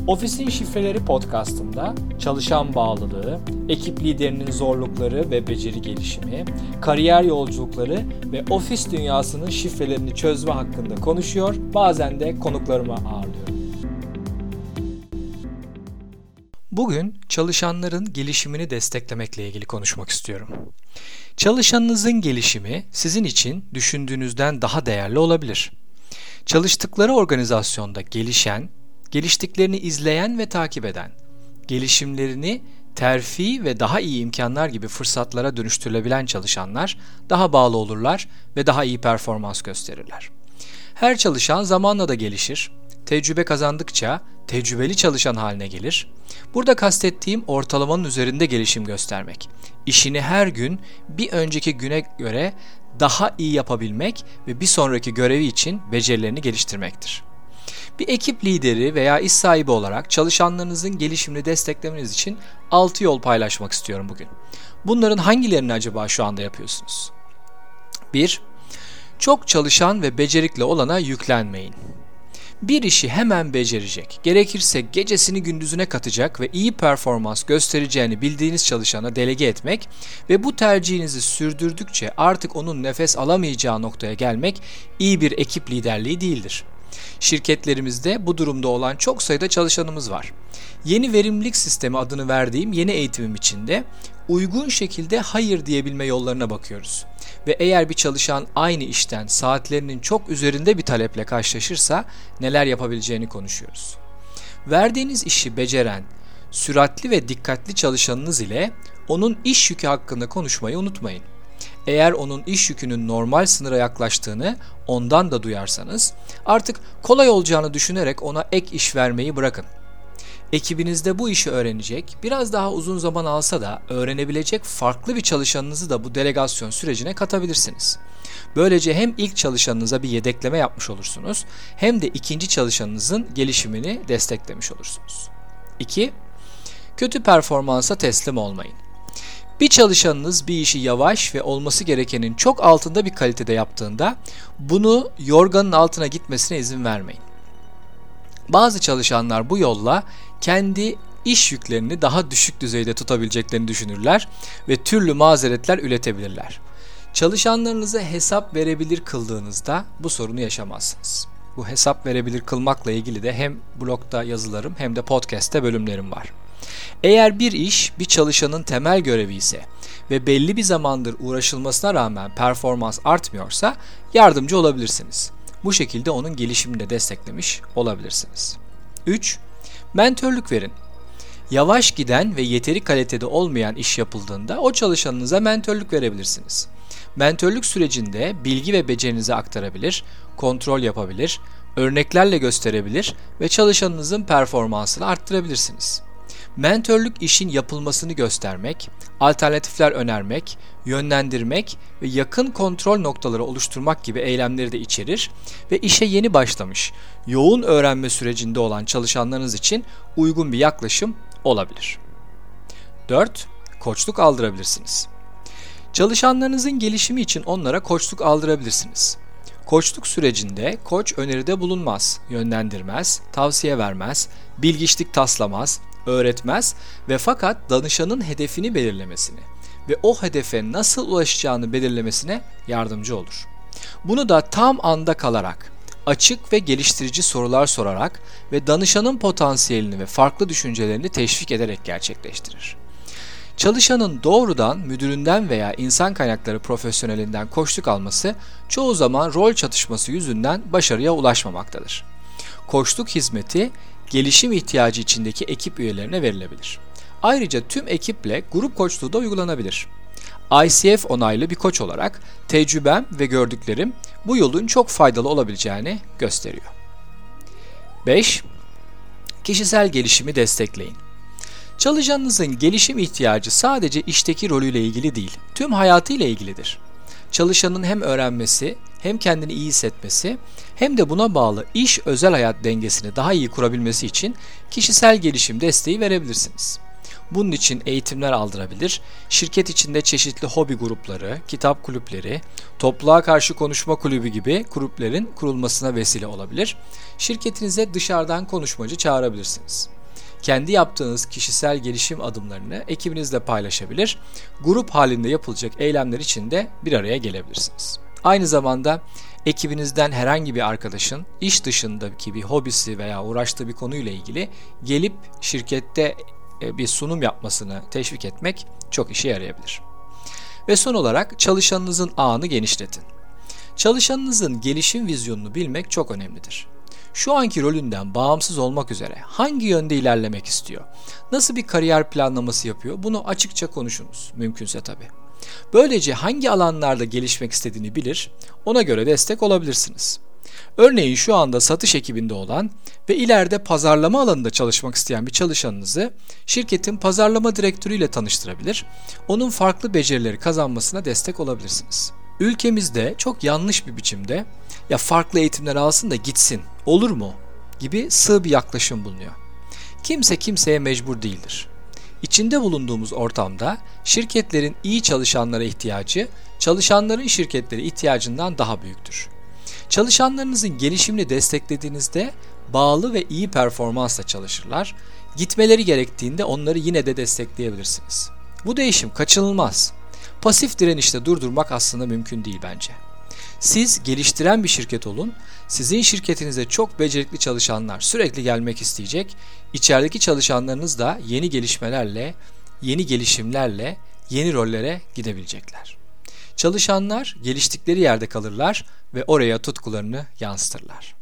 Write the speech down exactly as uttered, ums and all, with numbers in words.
Ofisin Şifreleri podcastında çalışan bağlılığı, ekip liderinin zorlukları ve beceri gelişimi, kariyer yolculukları ve ofis dünyasının şifrelerini çözme hakkında konuşuyor, bazen de konuklarımı ağırlıyorum. Bugün çalışanların gelişimini desteklemekle ilgili konuşmak istiyorum. Çalışanınızın gelişimi sizin için düşündüğünüzden daha değerli olabilir. Çalıştıkları organizasyonda gelişen, geliştiklerini izleyen ve takip eden, gelişimlerini terfi ve daha iyi imkanlar gibi fırsatlara dönüştürülebilen çalışanlar daha bağlı olurlar ve daha iyi performans gösterirler. Her çalışan zamanla da gelişir, tecrübe kazandıkça tecrübeli çalışan haline gelir. Burada kastettiğim ortalamanın üzerinde gelişim göstermek, işini her gün bir önceki güne göre daha iyi yapabilmek ve bir sonraki görevi için becerilerini geliştirmektir. Bir ekip lideri veya iş sahibi olarak çalışanlarınızın gelişimini desteklemeniz için altı yol paylaşmak istiyorum bugün. Bunların hangilerini acaba şu anda yapıyorsunuz? bir. Çok çalışan ve becerikli olana yüklenmeyin. Bir işi hemen becerecek, gerekirse gecesini gündüzüne katacak ve iyi performans göstereceğini bildiğiniz çalışana delege etmek ve bu tercihinizi sürdürdükçe artık onun nefes alamayacağı noktaya gelmek iyi bir ekip liderliği değildir. Şirketlerimizde bu durumda olan çok sayıda çalışanımız var. Yeni verimlilik sistemi adını verdiğim yeni eğitimim içinde uygun şekilde hayır diyebilme yollarına bakıyoruz. Ve eğer bir çalışan aynı işten saatlerinin çok üzerinde bir taleple karşılaşırsa neler yapabileceğini konuşuyoruz. Verdiğiniz işi beceren, süratli ve dikkatli çalışanınız ile onun iş yükü hakkında konuşmayı unutmayın. Eğer onun iş yükünün normal sınıra yaklaştığını ondan da duyarsanız artık kolay olacağını düşünerek ona ek iş vermeyi bırakın. Ekibinizde bu işi öğrenecek, biraz daha uzun zaman alsa da öğrenebilecek farklı bir çalışanınızı da bu delegasyon sürecine katabilirsiniz. Böylece hem ilk çalışanınıza bir yedekleme yapmış olursunuz, hem de ikinci çalışanınızın gelişimini desteklemiş olursunuz. iki. Kötü performansa teslim olmayın. Bir çalışanınız bir işi yavaş ve olması gerekenin çok altında bir kalitede yaptığında bunu yorganın altına gitmesine izin vermeyin. Bazı çalışanlar bu yolla kendi iş yüklerini daha düşük düzeyde tutabileceklerini düşünürler ve türlü mazeretler üretebilirler. Çalışanlarınıza hesap verebilir kıldığınızda bu sorunu yaşamazsınız. Bu hesap verebilir kılmakla ilgili de hem blogda yazılarım hem de podcast'te bölümlerim var. Eğer bir iş bir çalışanın temel görevi ise ve belli bir zamandır uğraşılmasına rağmen performans artmıyorsa yardımcı olabilirsiniz. Bu şekilde onun gelişimini de desteklemiş olabilirsiniz. üç. Mentörlük verin. Yavaş giden ve yeteri kalitede olmayan iş yapıldığında o çalışanınıza mentörlük verebilirsiniz. Mentörlük sürecinde bilgi ve becerinizi aktarabilir, kontrol yapabilir, örneklerle gösterebilir ve çalışanınızın performansını arttırabilirsiniz. Mentörlük işin yapılmasını göstermek, alternatifler önermek, yönlendirmek ve yakın kontrol noktaları oluşturmak gibi eylemleri de içerir ve işe yeni başlamış, yoğun öğrenme sürecinde olan çalışanlarınız için uygun bir yaklaşım olabilir. dört. Koçluk aldırabilirsiniz. Çalışanlarınızın gelişimi için onlara koçluk aldırabilirsiniz. Koçluk sürecinde koç öneride bulunmaz, yönlendirmez, tavsiye vermez, bilgiçlik taslamaz, öğretmez ve fakat danışanın hedefini belirlemesini ve o hedefe nasıl ulaşacağını belirlemesine yardımcı olur. Bunu da tam anda kalarak, açık ve geliştirici sorular sorarak ve danışanın potansiyelini ve farklı düşüncelerini teşvik ederek gerçekleştirir. Çalışanın doğrudan müdüründen veya insan kaynakları profesyonelinden koçluk alması çoğu zaman rol çatışması yüzünden başarıya ulaşmamaktadır. Koçluk hizmeti gelişim ihtiyacı içindeki ekip üyelerine verilebilir. Ayrıca tüm ekiple grup koçluğu da uygulanabilir. I C F onaylı bir koç olarak tecrübem ve gördüklerim bu yolun çok faydalı olabileceğini gösteriyor. beş. Kişisel gelişimi destekleyin. Çalışanınızın gelişim ihtiyacı sadece işteki rolüyle ilgili değil, tüm hayatıyla ilgilidir. Çalışanın hem öğrenmesi, hem kendini iyi hissetmesi, hem de buna bağlı iş özel hayat dengesini daha iyi kurabilmesi için kişisel gelişim desteği verebilirsiniz. Bunun için eğitimler aldırabilir, şirket içinde çeşitli hobi grupları, kitap kulüpleri, topluluğa karşı konuşma kulübü gibi kulüplerin kurulmasına vesile olabilir. Şirketinize dışarıdan konuşmacı çağırabilirsiniz. Kendi yaptığınız kişisel gelişim adımlarını ekibinizle paylaşabilir, grup halinde yapılacak eylemler için de bir araya gelebilirsiniz. Aynı zamanda ekibinizden herhangi bir arkadaşın iş dışındaki bir hobisi veya uğraştığı bir konuyla ilgili gelip şirkette bir sunum yapmasını teşvik etmek çok işe yarayabilir. Ve son olarak çalışanınızın ağını genişletin. Çalışanınızın gelişim vizyonunu bilmek çok önemlidir. Şu anki rolünden bağımsız olmak üzere hangi yönde ilerlemek istiyor, nasıl bir kariyer planlaması yapıyor, bunu açıkça konuşunuz, mümkünse tabii. Böylece hangi alanlarda gelişmek istediğini bilir, ona göre destek olabilirsiniz. Örneğin şu anda satış ekibinde olan ve ileride pazarlama alanında çalışmak isteyen bir çalışanınızı şirketin pazarlama direktörüyle tanıştırabilir, onun farklı becerileri kazanmasına destek olabilirsiniz. Ülkemizde çok yanlış bir biçimde ya farklı eğitimler alsın da gitsin, olur mu gibi sığ bir yaklaşım bulunuyor. Kimse kimseye mecbur değildir. İçinde bulunduğumuz ortamda şirketlerin iyi çalışanlara ihtiyacı, çalışanların şirketlere ihtiyacından daha büyüktür. Çalışanlarınızın gelişimini desteklediğinizde bağlı ve iyi performansla çalışırlar, gitmeleri gerektiğinde onları yine de destekleyebilirsiniz. Bu değişim kaçınılmaz. Pasif direnişte durdurmak aslında mümkün değil bence. Siz geliştiren bir şirket olun, sizin şirketinize çok becerikli çalışanlar sürekli gelmek isteyecek, içerideki çalışanlarınız da yeni gelişmelerle, yeni gelişimlerle, yeni rollere gidebilecekler. Çalışanlar geliştikleri yerde kalırlar ve oraya tutkularını yansıtırlar.